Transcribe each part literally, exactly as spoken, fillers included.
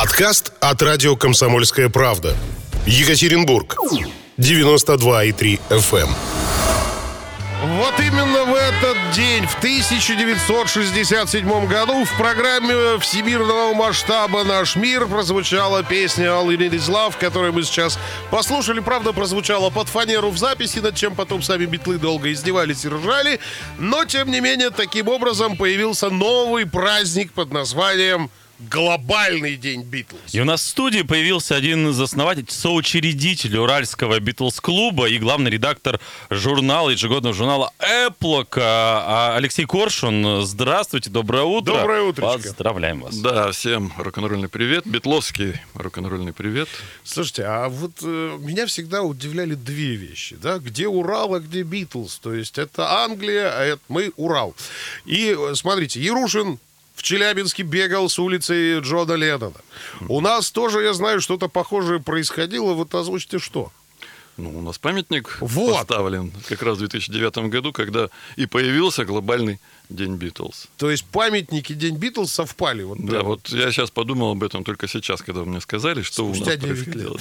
Подкаст от радио «Комсомольская правда». Екатеринбург. девяносто два и три эф эм. Вот именно в этот день, в тысяча девятьсот шестьдесят седьмом году, в программе всемирного масштаба «Наш мир» прозвучала песня «All You Need Is Love», которую мы сейчас послушали. Правда, прозвучала под фанеру в записи, над чем потом сами Битлы долго издевались и ржали. Но, тем не менее, таким образом появился новый праздник под названием «Глобальный день Битлз». И у нас в студии появился один из основателей, соучредитель Уральского Битлз-клуба и главный редактор журнала, ежегодного журнала «Эплок» Алексей Коршун. Здравствуйте, доброе утро. Доброе утро. Поздравляем вас. Да, всем рок-н-ролльный привет, битловский рок-н-ролльный привет. Слушайте, а вот э, меня всегда удивляли две вещи, да, где Урал, а где Битлз. То есть это Англия, а это мы Урал. И смотрите, Ярушин в Челябинске бегал с улицы Джона Леннона. У нас тоже, я знаю, что-то похожее происходило. Вот озвучьте, что? Ну, у нас памятник вот. поставлен как раз в две тысячи девятом году, когда и появился глобальный День Битлз. То есть памятники День Битлз совпали? Вот да, вот я сейчас подумал об этом только сейчас, когда вы мне сказали, что спустя у нас происходило.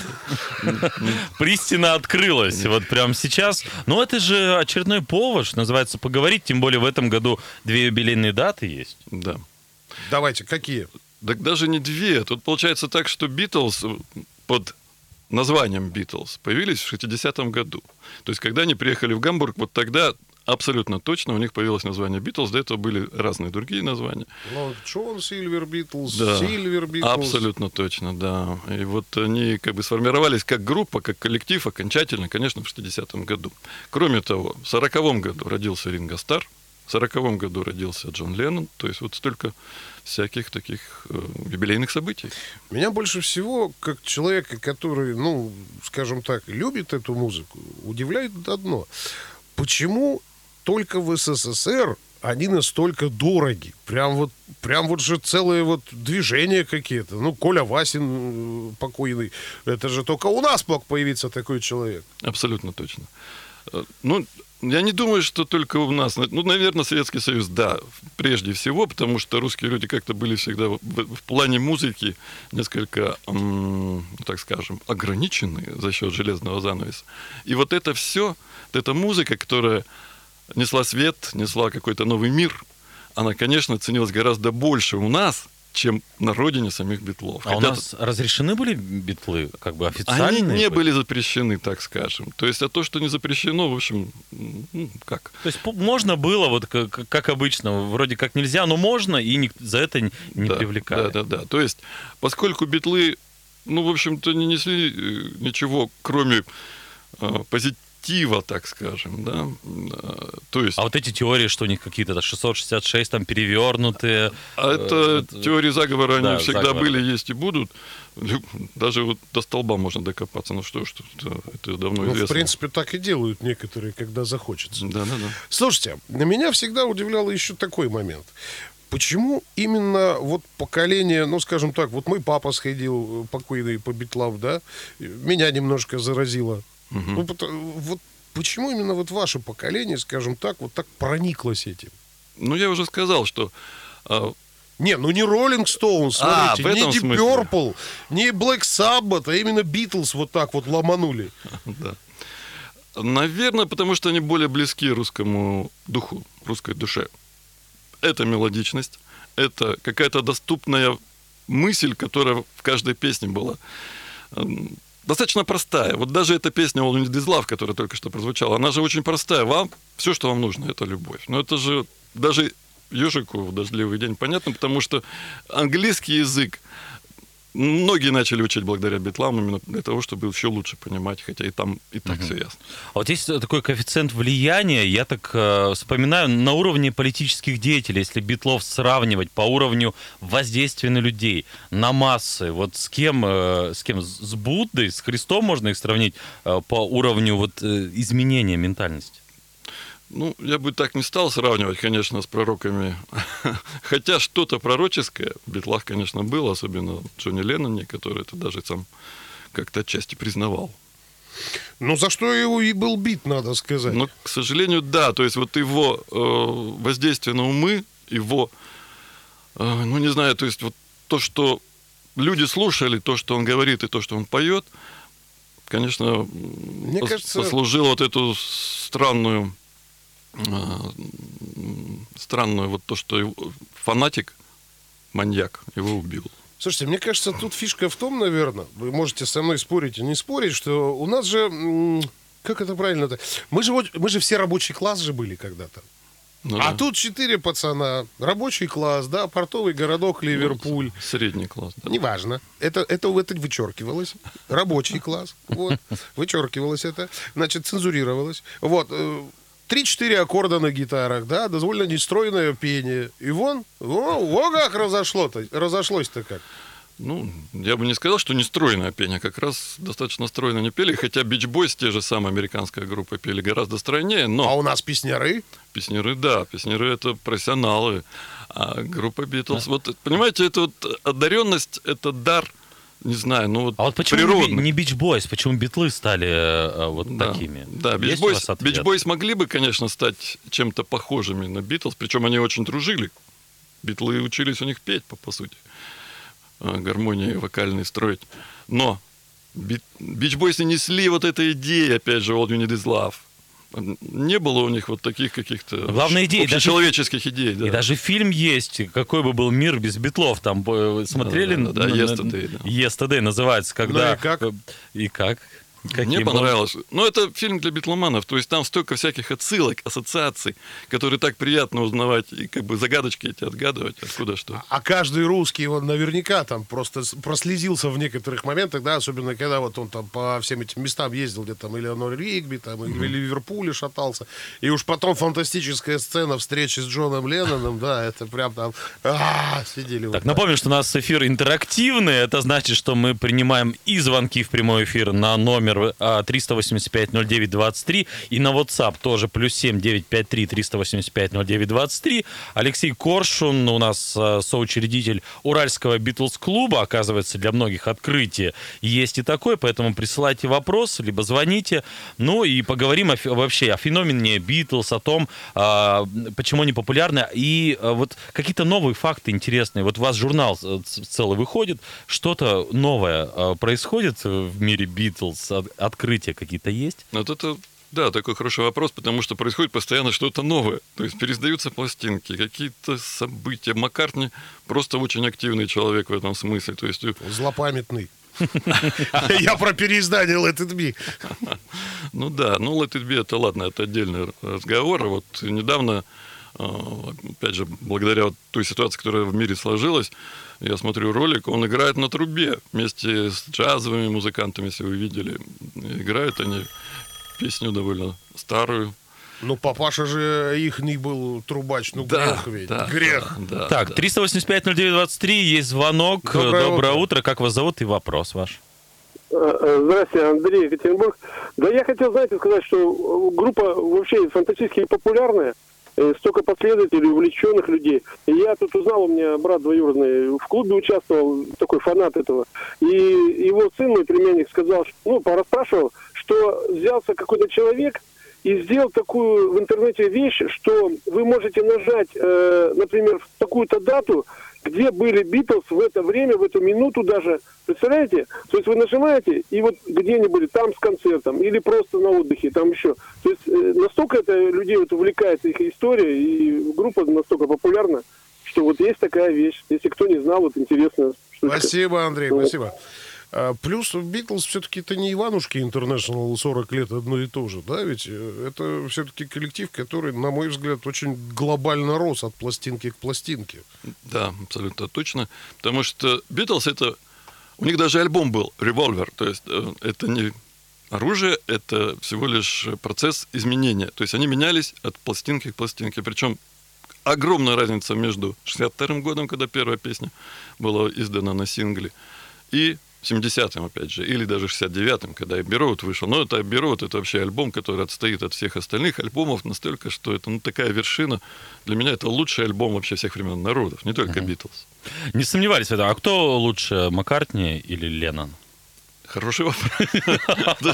Пристина открылась вот прямо сейчас. Но это же очередной повод, что называется, поговорить. Тем более в этом году две юбилейные даты есть. Да. Давайте, какие? Так даже не две. Тут получается так, что Битлз под названием Битлз появились в шестидесятом году. То есть, когда они приехали в Гамбург, вот тогда абсолютно точно у них появилось название Битлз. До этого были разные другие названия. Ну, Джон Сильвер Битлз, да, Сильвер Битлз. Абсолютно точно, да. И вот они как бы сформировались как группа, как коллектив окончательно, конечно, в шестидесятом году. Кроме того, в сороковом году родился Ринго Старр. В сороковом году родился Джон Леннон. То есть вот столько всяких таких э, юбилейных событий. Меня больше всего, как человека, который, ну, скажем так, любит эту музыку, удивляет одно. Почему только в эс эс эс эр они настолько дороги? Прям вот, прям вот же целые вот движения какие-то. Ну, Коля Васин покойный. Это же только у нас мог появиться такой человек. Абсолютно точно. Ну, я не думаю, что только у нас. Ну, наверное, Советский Союз, да, прежде всего, потому что русские люди как-то были всегда в, в плане музыки несколько, м, так скажем, ограничены за счет железного занавеса. И вот это все, вот эта музыка, которая несла свет, несла какой-то новый мир, она, конечно, ценилась гораздо больше у нас, чем на родине самих Битлов. А Хотя у нас разрешены были Битлы, как бы официальные? Они не были запрещены, так скажем. То есть, а то, что не запрещено, в общем, ну, как? То есть, можно было, вот как, как обычно, вроде как нельзя, но можно, и не, за это не, не да, привлекали. Да, да, да. То есть, поскольку Битлы, ну, в общем-то, не несли ничего, кроме э, позитива, так скажем, да, то есть... А вот эти теории, что у них какие-то шестьсот шестьдесят шесть там перевернутые... А это э, теории заговора, они да, всегда заговор. были, есть и будут. Даже вот до столба можно докопаться. Ну что ж, это, это давно ну, известно. в принципе, так и делают некоторые, когда захочется. Да, да, да. Слушайте, на меня всегда удивляло еще такой момент. Почему именно вот поколение, ну, скажем так, вот мой папа сходил покойный по Битлам, да, меня немножко заразило. Угу. Ну, вот почему именно вот ваше поколение, скажем так, вот так прониклось этим? Ну, я уже сказал, что... А... Не, ну не Rolling Stones, смотрите, а, не Deep смысле? Purple, не Black Sabbath, а именно Beatles вот так вот ломанули. Да. Наверное, потому что они более близки русскому духу, русской душе. Это мелодичность, это какая-то доступная мысль, которая в каждой песне была... Достаточно простая. Вот даже эта песня «All You Need Is Love», которая только что прозвучала, она же очень простая. Вам все, что вам нужно, это любовь. Но это же даже ежику в дождливый день понятно, потому что английский язык многие начали учить благодаря Битлам именно для того, чтобы еще лучше понимать, хотя и там и так uh-huh. все ясно. А вот есть такой коэффициент влияния, я так э, вспоминаю, на уровне политических деятелей, если Битлов сравнивать по уровню воздействия на людей, на массы, вот с кем, э, с кем, с Буддой, с Христом можно их сравнить э, по уровню вот, э, изменения ментальности? Ну, я бы так не стал сравнивать, конечно, с пророками. Хотя что-то пророческое в Битлах, конечно, было, особенно в Джоне Ленноне, который это даже сам как-то отчасти признавал. Ну, за что его и был бит, надо сказать. Ну, к сожалению, да. То есть вот его э, воздействие на умы, его, э, ну, не знаю, то есть вот то, что люди слушали то, что он говорит, и то, что он поет, конечно, Мне пос- кажется- послужило вот эту странную, а, странную вот то, что его- фанатик, маньяк, его убил. Слушайте, мне кажется, тут фишка в том, наверное, вы можете со мной спорить и не спорить, что у нас же, м, как это правильно-то, мы же, вот- мы же все рабочий класс же были когда-то. Ну А да. тут четыре пацана, рабочий класс, да, портовый городок Ливерпуль. Средний класс. Да. Неважно. Это, это, это вычеркивалось. Рабочий класс. Вот. Вычеркивалось это. Значит, цензурировалось. Вот. э, Три-четыре аккорда на гитарах, да, довольно нестройное пение. И вон, во, во как разошло-то, разошлось-то как. Ну, я бы не сказал, что не стройное пение, как раз достаточно стройно не пели, хотя Beach Boys, те же самые американская группа, пели гораздо стройнее, но А у нас песняры. песняры, да, песняры это профессионалы, а группа Битлз, вот, понимаете, это вот одаренность, это дар, не знаю, ну вот А вот почему природный. не Beach Boys, почему битлы стали э, вот Да, такими? Да, Beach Есть у вас Boys, ответ? Beach Boys могли бы, конечно, стать чем-то похожими на Битлз, причем они очень дружили. Битлы учились у них петь, по, по сути, э, гармонии вокальные строить. Но Би- Beach Boys не несли вот этой идеи, опять же, All You Need Is Love. Не было у них вот таких каких-то Главная идея, даже- общечеловеческих идей. Да. И даже фильм есть, какой бы был мир без битлов. Там э, смотрели? Да, да, да, на- Yesterday, да. Yesterday называется, когда... Ну и как? э, И как? Какие Мне были? понравилось. Но это фильм для битломанов, то есть там столько всяких отсылок, ассоциаций, которые так приятно узнавать и как бы загадочки эти отгадывать, откуда что. А каждый русский, он наверняка там просто с- прослезился в некоторых моментах, да, особенно когда вот он там по всем этим местам ездил, где там Элеонор Ригби, там, или в Ливерпуле шатался. И уж потом фантастическая сцена встречи с Джоном Ленноном, да, это прям там а, сидели вот Так, так. напомню, что у нас эфир интерактивный. Это значит, что мы принимаем и звонки в прямой эфир на номер а, триста восемьдесят пять ноль девять двадцать три и на WhatsApp тоже плюс семь девятьсот пятьдесят три триста восемьдесят пять ноль девять двадцать три. Алексей Коршун у нас а, соучредитель Уральского Битлз-клуба. Оказывается, для многих открытие есть и такое, поэтому присылайте вопросы, либо звоните. Ну и поговорим о, фе- вообще о феномене Битлз, о том, а, почему они популярны. И а, вот какие-то новые факты интересные. Вот у вас журнал э, ц- целый выходит, что-то новое а, происходит в мире Битлз, От- открытия какие-то есть? Вот это, да, такой хороший вопрос, потому что происходит постоянно что-то новое. То есть пересдаются пластинки, какие-то события. Маккартни просто очень активный человек в этом смысле. То есть, Злопамятный. Я про переиздание Let It Be. ну да, ну Let It Be, это ладно, это отдельный разговор. Вот недавно, э, опять же, благодаря вот той ситуации, которая в мире сложилась, я смотрю ролик, он играет на трубе вместе с джазовыми музыкантами, если вы видели. Играют они песню довольно старую. Ну, папаша же ихний был трубач, ну грех ведь, да, грех. да, да, Так, да. триста восемьдесят пять ноль девять двадцать три, есть звонок. Доброе Доброе утро. утро. Как вас зовут и вопрос ваш? Здравствуйте, Андрей, Екатеринбург. Да я хотел, знаете, сказать, что группа вообще фантастически популярная, э, столько последователей, увлеченных людей. И я тут узнал, у меня брат двоюродный в клубе участвовал, такой фанат этого. И его сын, мой племянник, сказал, что, ну, порасспрашивал, что взялся какой-то человек и сделал такую в интернете вещь, что вы можете нажать, э, например, в такую-то дату, где были Битлз в это время, в эту минуту даже. Представляете? То есть вы нажимаете, и вот где они были, там с концертом, или просто на отдыхе, там еще. То есть э, настолько это людей вот увлекает их история, и группа настолько популярна, что вот есть такая вещь. Если кто не знал, вот интересно. штучка. Спасибо, Андрей, Вот. спасибо. А, Плюс Битлз все-таки это не Иванушки Интернешнл сорок лет одно и то же, да, ведь э, это все-таки коллектив, который, на мой взгляд, очень глобально рос от пластинки к пластинке. Да, абсолютно точно. Потому что Битлз это... У них даже альбом был «Revolver». То есть э, это не оружие, это всего лишь процесс изменения. То есть они менялись от пластинки к пластинке. Причем огромная разница между шестьдесят вторым годом, когда первая песня была издана на сингле, и семидесятым, опять же, или даже шестьдесят девятым, когда Abbey Road вышел. Но это Abbey Road, это вообще альбом, который отстоит от всех остальных альбомов настолько, что это ну, такая вершина. Для меня это лучший альбом вообще всех времен народов, не только Битлз. Не сомневались в этом. А кто лучше, Маккартни или Леннон? Хороший вопрос. Да.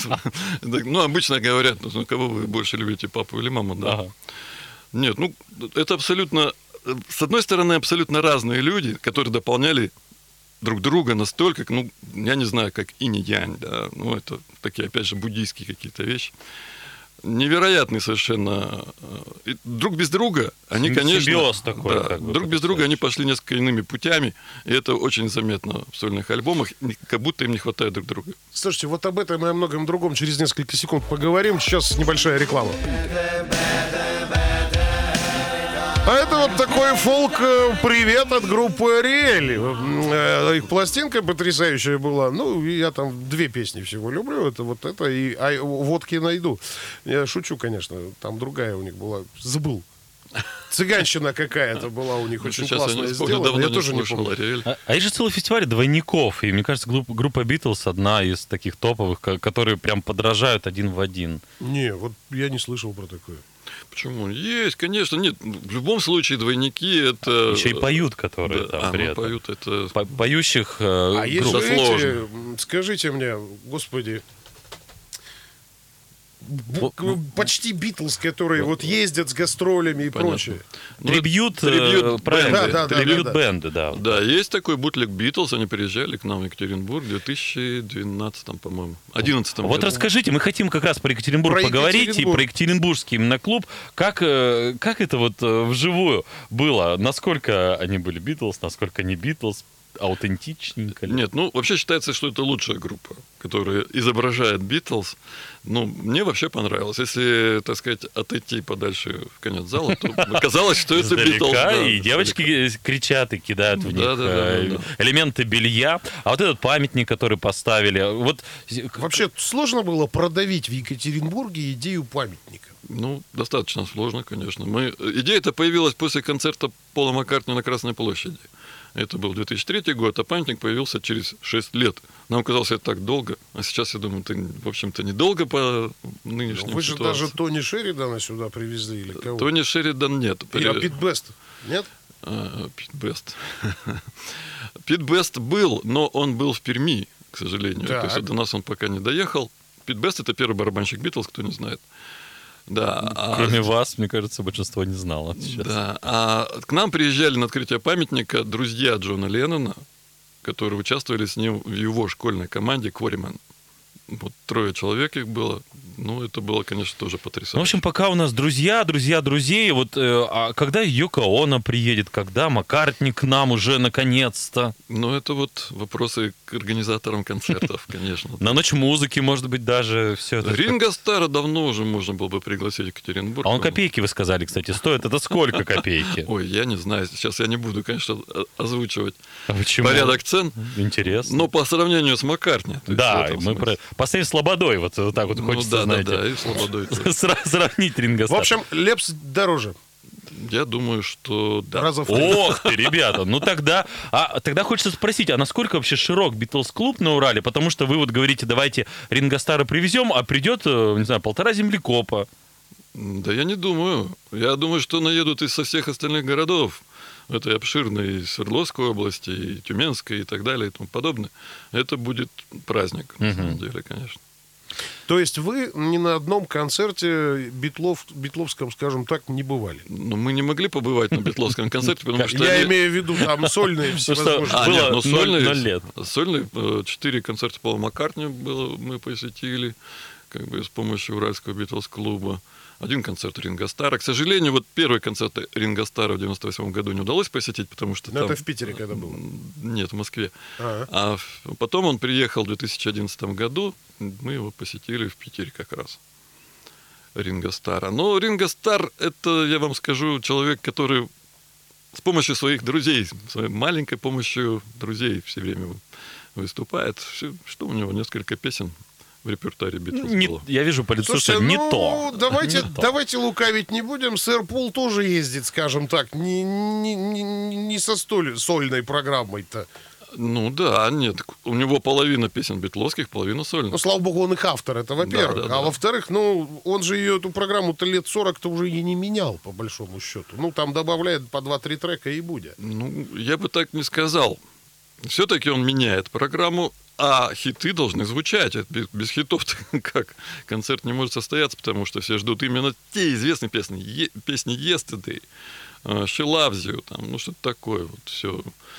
Ну, обычно говорят, ну, кого вы больше любите, папу или маму, да? Ага. Нет, ну, это абсолютно... С одной стороны, абсолютно разные люди, которые дополняли друг друга настолько, ну, я не знаю, как инь-янь, да, ну, это такие, опять же, буддийские какие-то вещи. Невероятный совершенно. И друг без друга, они, конечно... Симбиоз такой. Да, как бы, друг без друга они пошли несколько иными путями, и это очень заметно в сольных альбомах, как будто им не хватает друг друга. Слушайте, вот об этом и о многом другом через несколько секунд поговорим. Сейчас небольшая реклама. А это вот такой фолк-привет от группы Ариэль. Их пластинка потрясающая была. Ну, я там две песни всего люблю. Это вот это и а, «Водки найду». Я шучу, конечно. Там другая у них была. Забыл. Цыганщина какая-то была у них, Ну, очень сейчас я классная не вспомню, сделана. давно Я не тоже не слушал помню. Ариэль. А, а есть же целый фестиваль двойников, и мне кажется, группа, группа Битлз одна из таких топовых, ко- которые прям подражают один в один. Не, вот я не слышал про такое. Почему? Есть, конечно. Нет, в любом случае двойники это... Еще и поют, которые Да, там а, при ну, этом. поют это... По- поющих э, А групп. есть же это эти, сложно. м, скажите мне, господи, б- Вот, к- почти Битлз, которые вот ездят с гастролями и Понятно. прочее. Ну, Трибьют, это трибьют э, правильно, бенды. Да, да, да, трибьют да, да. бенды, да. Да, есть такой бутлег Битлз, они приезжали к нам в Екатеринбург в две тысячи двенадцатом, по-моему, одиннадцатом Вот году. расскажите, мы хотим как раз про Екатеринбург Про поговорить Екатеринбург. и про Екатеринбургский именно клуб. Как, э, как это вот э, вживую было? Насколько они были Битлз, насколько не Битлз? Аутентичненько ли? Нет, ну, вообще считается, что это лучшая группа, которая изображает Битлз. Ну, мне вообще понравилось. Если, так сказать, отойти подальше в конец зала, то казалось, что это Битлз. Издалека, да, и девочки кричат и кидают в них Да, да, да, э, да, да. элементы белья. А вот этот памятник, который поставили, вот Вообще сложно было продавить в Екатеринбурге идею памятника. Ну, достаточно сложно, конечно. Мы... Идея-то появилась после концерта Пола Маккартни на Красной площади. Это был две тысячи третий год, а памятник появился через шесть лет. Нам казалось это так долго, а сейчас, я думаю, это, в общем-то, недолго по нынешним Вы же ситуации. даже Тони Шеридана сюда привезли или кого? Тони Шеридан нет. И, а Пит Бест? Нет? А, Пит Бест. Пит Бест был, но он был в Перми, к сожалению. Так. То есть до нас он пока не доехал. Пит Бест — это первый барабанщик Битлз, кто не знает. Да, а- кроме вас, мне кажется, большинство не знало сейчас. Да, а к нам приезжали на открытие памятника друзья Джона Леннона, которые участвовали с ним в его школьной команде «Кворимен». Вот трое человек их было. Ну, это было, конечно, тоже потрясающе. Ну, в общем, пока у нас друзья, друзья, друзей, вот э, а когда Йоко Оно приедет, когда Маккартни к нам уже наконец-то? Ну, это вот вопросы к организаторам концертов, конечно. На ночь музыки, может быть, даже все это. Ринго Старра давно уже можно было бы пригласить в Екатеринбург. А он копейки, вы сказали, кстати, стоит. Это сколько копейки? Ой, я не знаю, сейчас я не буду, конечно, о- озвучивать А почему? порядок цен, Интересно. но по сравнению с Маккартни. то есть в Да, этом мы смысле. про... Последний Слободой, вот, вот так вот Ну, хочется, да, да, знаете, да, и Слободой тоже. сра- сравнить Ринго В Старр. общем, Лепс дороже. Я думаю, что да. Раза в три. Ох ты, ребята, ну тогда, а, тогда хочется спросить, а насколько вообще широк Битлз-клуб на Урале? Потому что вы вот говорите, давайте Ринго Старра привезем, а придет, э, не знаю, полтора землекопа. Да я не думаю. Я думаю, что наедут из со всех остальных городов этой обширной и Свердловской области, и Тюменской, и так далее, и тому подобное. Это будет праздник, на самом деле, конечно. То есть вы ни на одном концерте битлов, битловском, скажем так, не бывали? Но мы не могли побывать на Битловском концерте, потому что... Я они- имею в виду там сольные всевозможные. А, Было нет, ну ноль- сольный, ноль лет. сольный, э, четыре концерта Пола Маккартни было, мы посетили, как бы с помощью Уральского Битлз-клуба. Один концерт Ринго Старра. К сожалению, вот первый концерт Ринго Старра в девяносто восьмом году не удалось посетить, потому что Ну, там... это в Питере когда было? Нет, в Москве. Ага. А в- потом он приехал в две тысячи одиннадцатом году, мы его посетили в Питере как раз. Ринго Старра. Но Ринго Старр, это, я вам скажу, человек, который с помощью своих друзей, своей маленькой помощью друзей все время выступает. Всё- Что у него? Несколько песен в репертуаре Битлз Не- было. я вижу по лицу, Слушайте, что не ну, то. Давайте, Не то. давайте лукавить не будем. Сэр Пол тоже ездит, скажем так, не, не, не, не со столь сольной программой-то. Ну да, нет, у него половина песен битловских, половина сольных. Ну, слава богу, он их автор, это во-первых. Да, да, а да. во-вторых, ну, он же ее, эту программу-то лет сорок-то уже и не менял, по большому счету. Ну, там добавляет по два-три трека и будет. Ну, я бы так не сказал. Все-таки он меняет программу, а хиты должны звучать. Это Без, без хитов как концерт не может состояться, потому что все ждут именно те известные песни. Е- песни Yesterday, э, She Loves You, там, ну что-то такое вот все.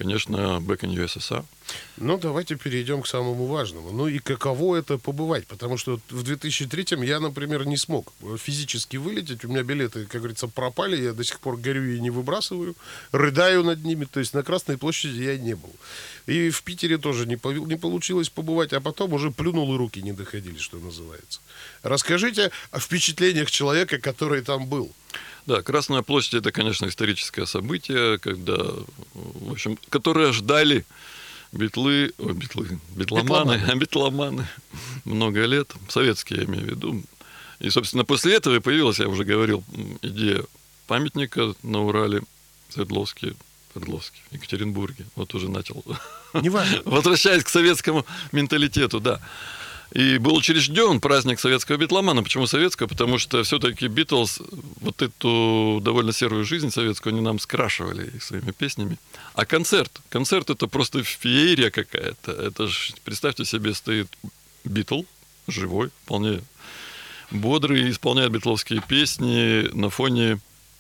конечно, Back in ю эс эс ар. Ну, давайте перейдем к самому важному. Ну и каково это побывать? Потому что в две тысячи третьем я, например, не смог физически вылететь. У меня билеты, как говорится, пропали. Я до сих пор горю и не выбрасываю. Рыдаю над ними. То есть на Красной площади я не был. И в Питере тоже не, по- не получилось побывать. А потом уже плюнул, и руки не доходили, что называется. Расскажите о впечатлениях человека, который там был. Да, Красная площадь – это, конечно, историческое событие, когда, в общем, которое ждали битлы, ой, битлы, битломаны, битломаны. битломаны много лет, советские, я имею в виду. И, собственно, после этого и появилась, я уже говорил, идея памятника на Урале, Свердловске, Свердловске, в Екатеринбурге. Вот уже начал. Возвращаясь к советскому менталитету, да. И был учрежден праздник советского битломана. Почему советского? Потому что все-таки Битлз вот эту довольно серую жизнь советскую они нам скрашивали своими песнями. А концерт? Концерт — это просто феерия какая-то. Это ж, представьте себе, стоит Битл, живой, вполне бодрый, исполняет битловские песни на фоне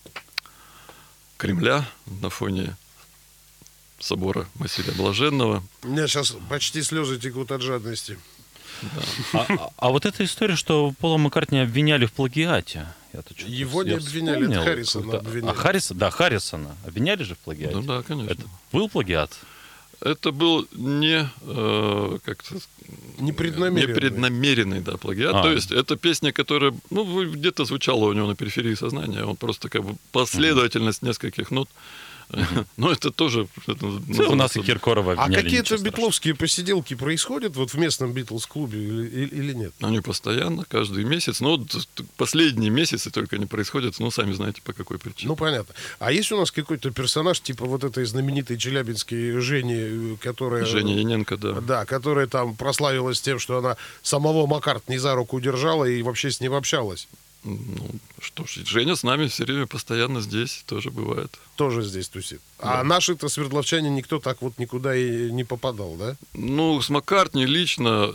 Кремля, на фоне собора Василия Блаженного. У меня сейчас почти слезы текут от жадности. Да. А, а вот эта история, что Пола Маккартни обвиняли в плагиате. Его не обвиняли, это Харрисона обвиняли. А Харриса, да, Харрисона. Обвиняли же в плагиате? Ну да, конечно. Это был плагиат? Это был не, э, как-то, непреднамеренный. непреднамеренный, да, плагиат. А. То есть это песня, которая, ну, где-то звучала у него на периферии сознания. Он просто как бы последовательность mm-hmm. нескольких нот. Но это тоже... Это, у нас и Киркорова обвиняли. А какие-то битловские посиделки происходят вот в местном Битлз-клубе или, или нет? Они постоянно, каждый месяц. Но вот последние месяцы только не происходят. Ну, сами знаете, по какой причине. Ну, понятно. А есть у нас какой-то персонаж, типа вот этой знаменитой челябинской Жени, которая... Женя Яненко, да. Да, которая там прославилась тем, что она самого Маккартни за руку держала и вообще с ним общалась. Ну, что ж, Женя с нами все время постоянно здесь, тоже бывает. Тоже здесь тусит. Да. А наши-то свердловчане никто так вот никуда и не попадал, да? Ну, с Маккартни лично,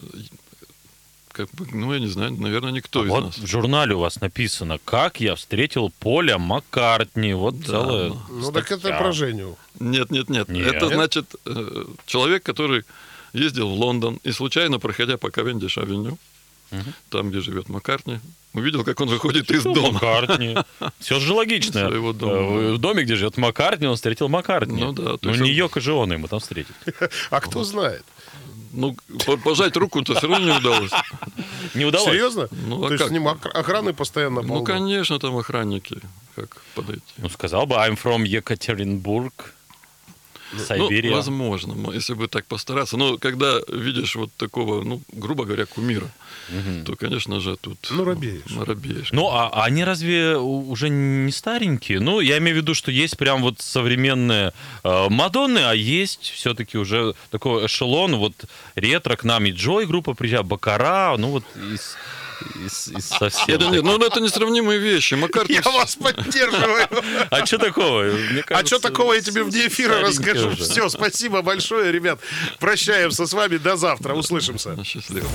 как бы, ну, я не знаю, наверное, никто а из вот нас. В журнале у вас написано, как я встретил Поля Маккартни. Вот да, целое. Ну, ну так это про Женю. Нет, нет, нет, нет. Это значит человек, который ездил в Лондон и случайно, проходя по Кавендиш-авеню, угу. там, где живет Маккартни, увидел, как он выходит из дома. Маккартни. Все же логично. В доме, где живет Маккартни, он встретил Маккартни. Ну да. Ну не Йоко же он ему там встретит. А кто знает? Ну, пожать руку-то все равно не удалось. Не удалось? Серьезно? Ну, а То как? есть с ним охраны постоянно полно? Ну, конечно, там охранники. Как подойти? Ну, сказал бы, I'm from Екатеринбург. Сибирия. Ну, возможно, если бы так постараться. Но когда видишь вот такого, ну, грубо говоря, кумира, угу. то, конечно же, тут... Ну, робеешь. Ну, робеешь. Ну, а, а они разве уже не старенькие? Ну, я имею в виду, что есть прям вот современные э, Мадонны, а есть все-таки уже такой эшелон, вот ретро, к нам и Джой группа приезжает, Бакара, ну, вот из... Из, из совсем... Нет, нет, ну это несравнимые вещи. Маккартни... Я вас поддерживаю. А что такого? Мне кажется, а что такого я тебе вне эфира расскажу. Уже. Все, спасибо большое, ребят. Прощаемся с вами. До завтра. Услышимся. Счастливо.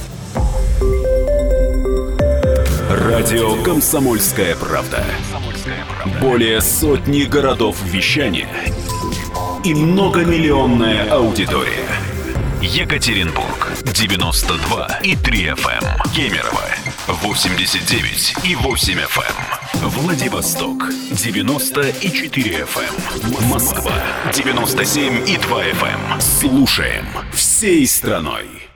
Радио «Комсомольская правда». Более сотни городов вещания и многомиллионная аудитория. Екатеринбург девяносто два и три эф эм, Кемерово восемьдесят девять и восемь эф эм, Владивосток девяносто и четыре эф эм, Москва девяносто семь и два эф эм. Слушаем всей страной.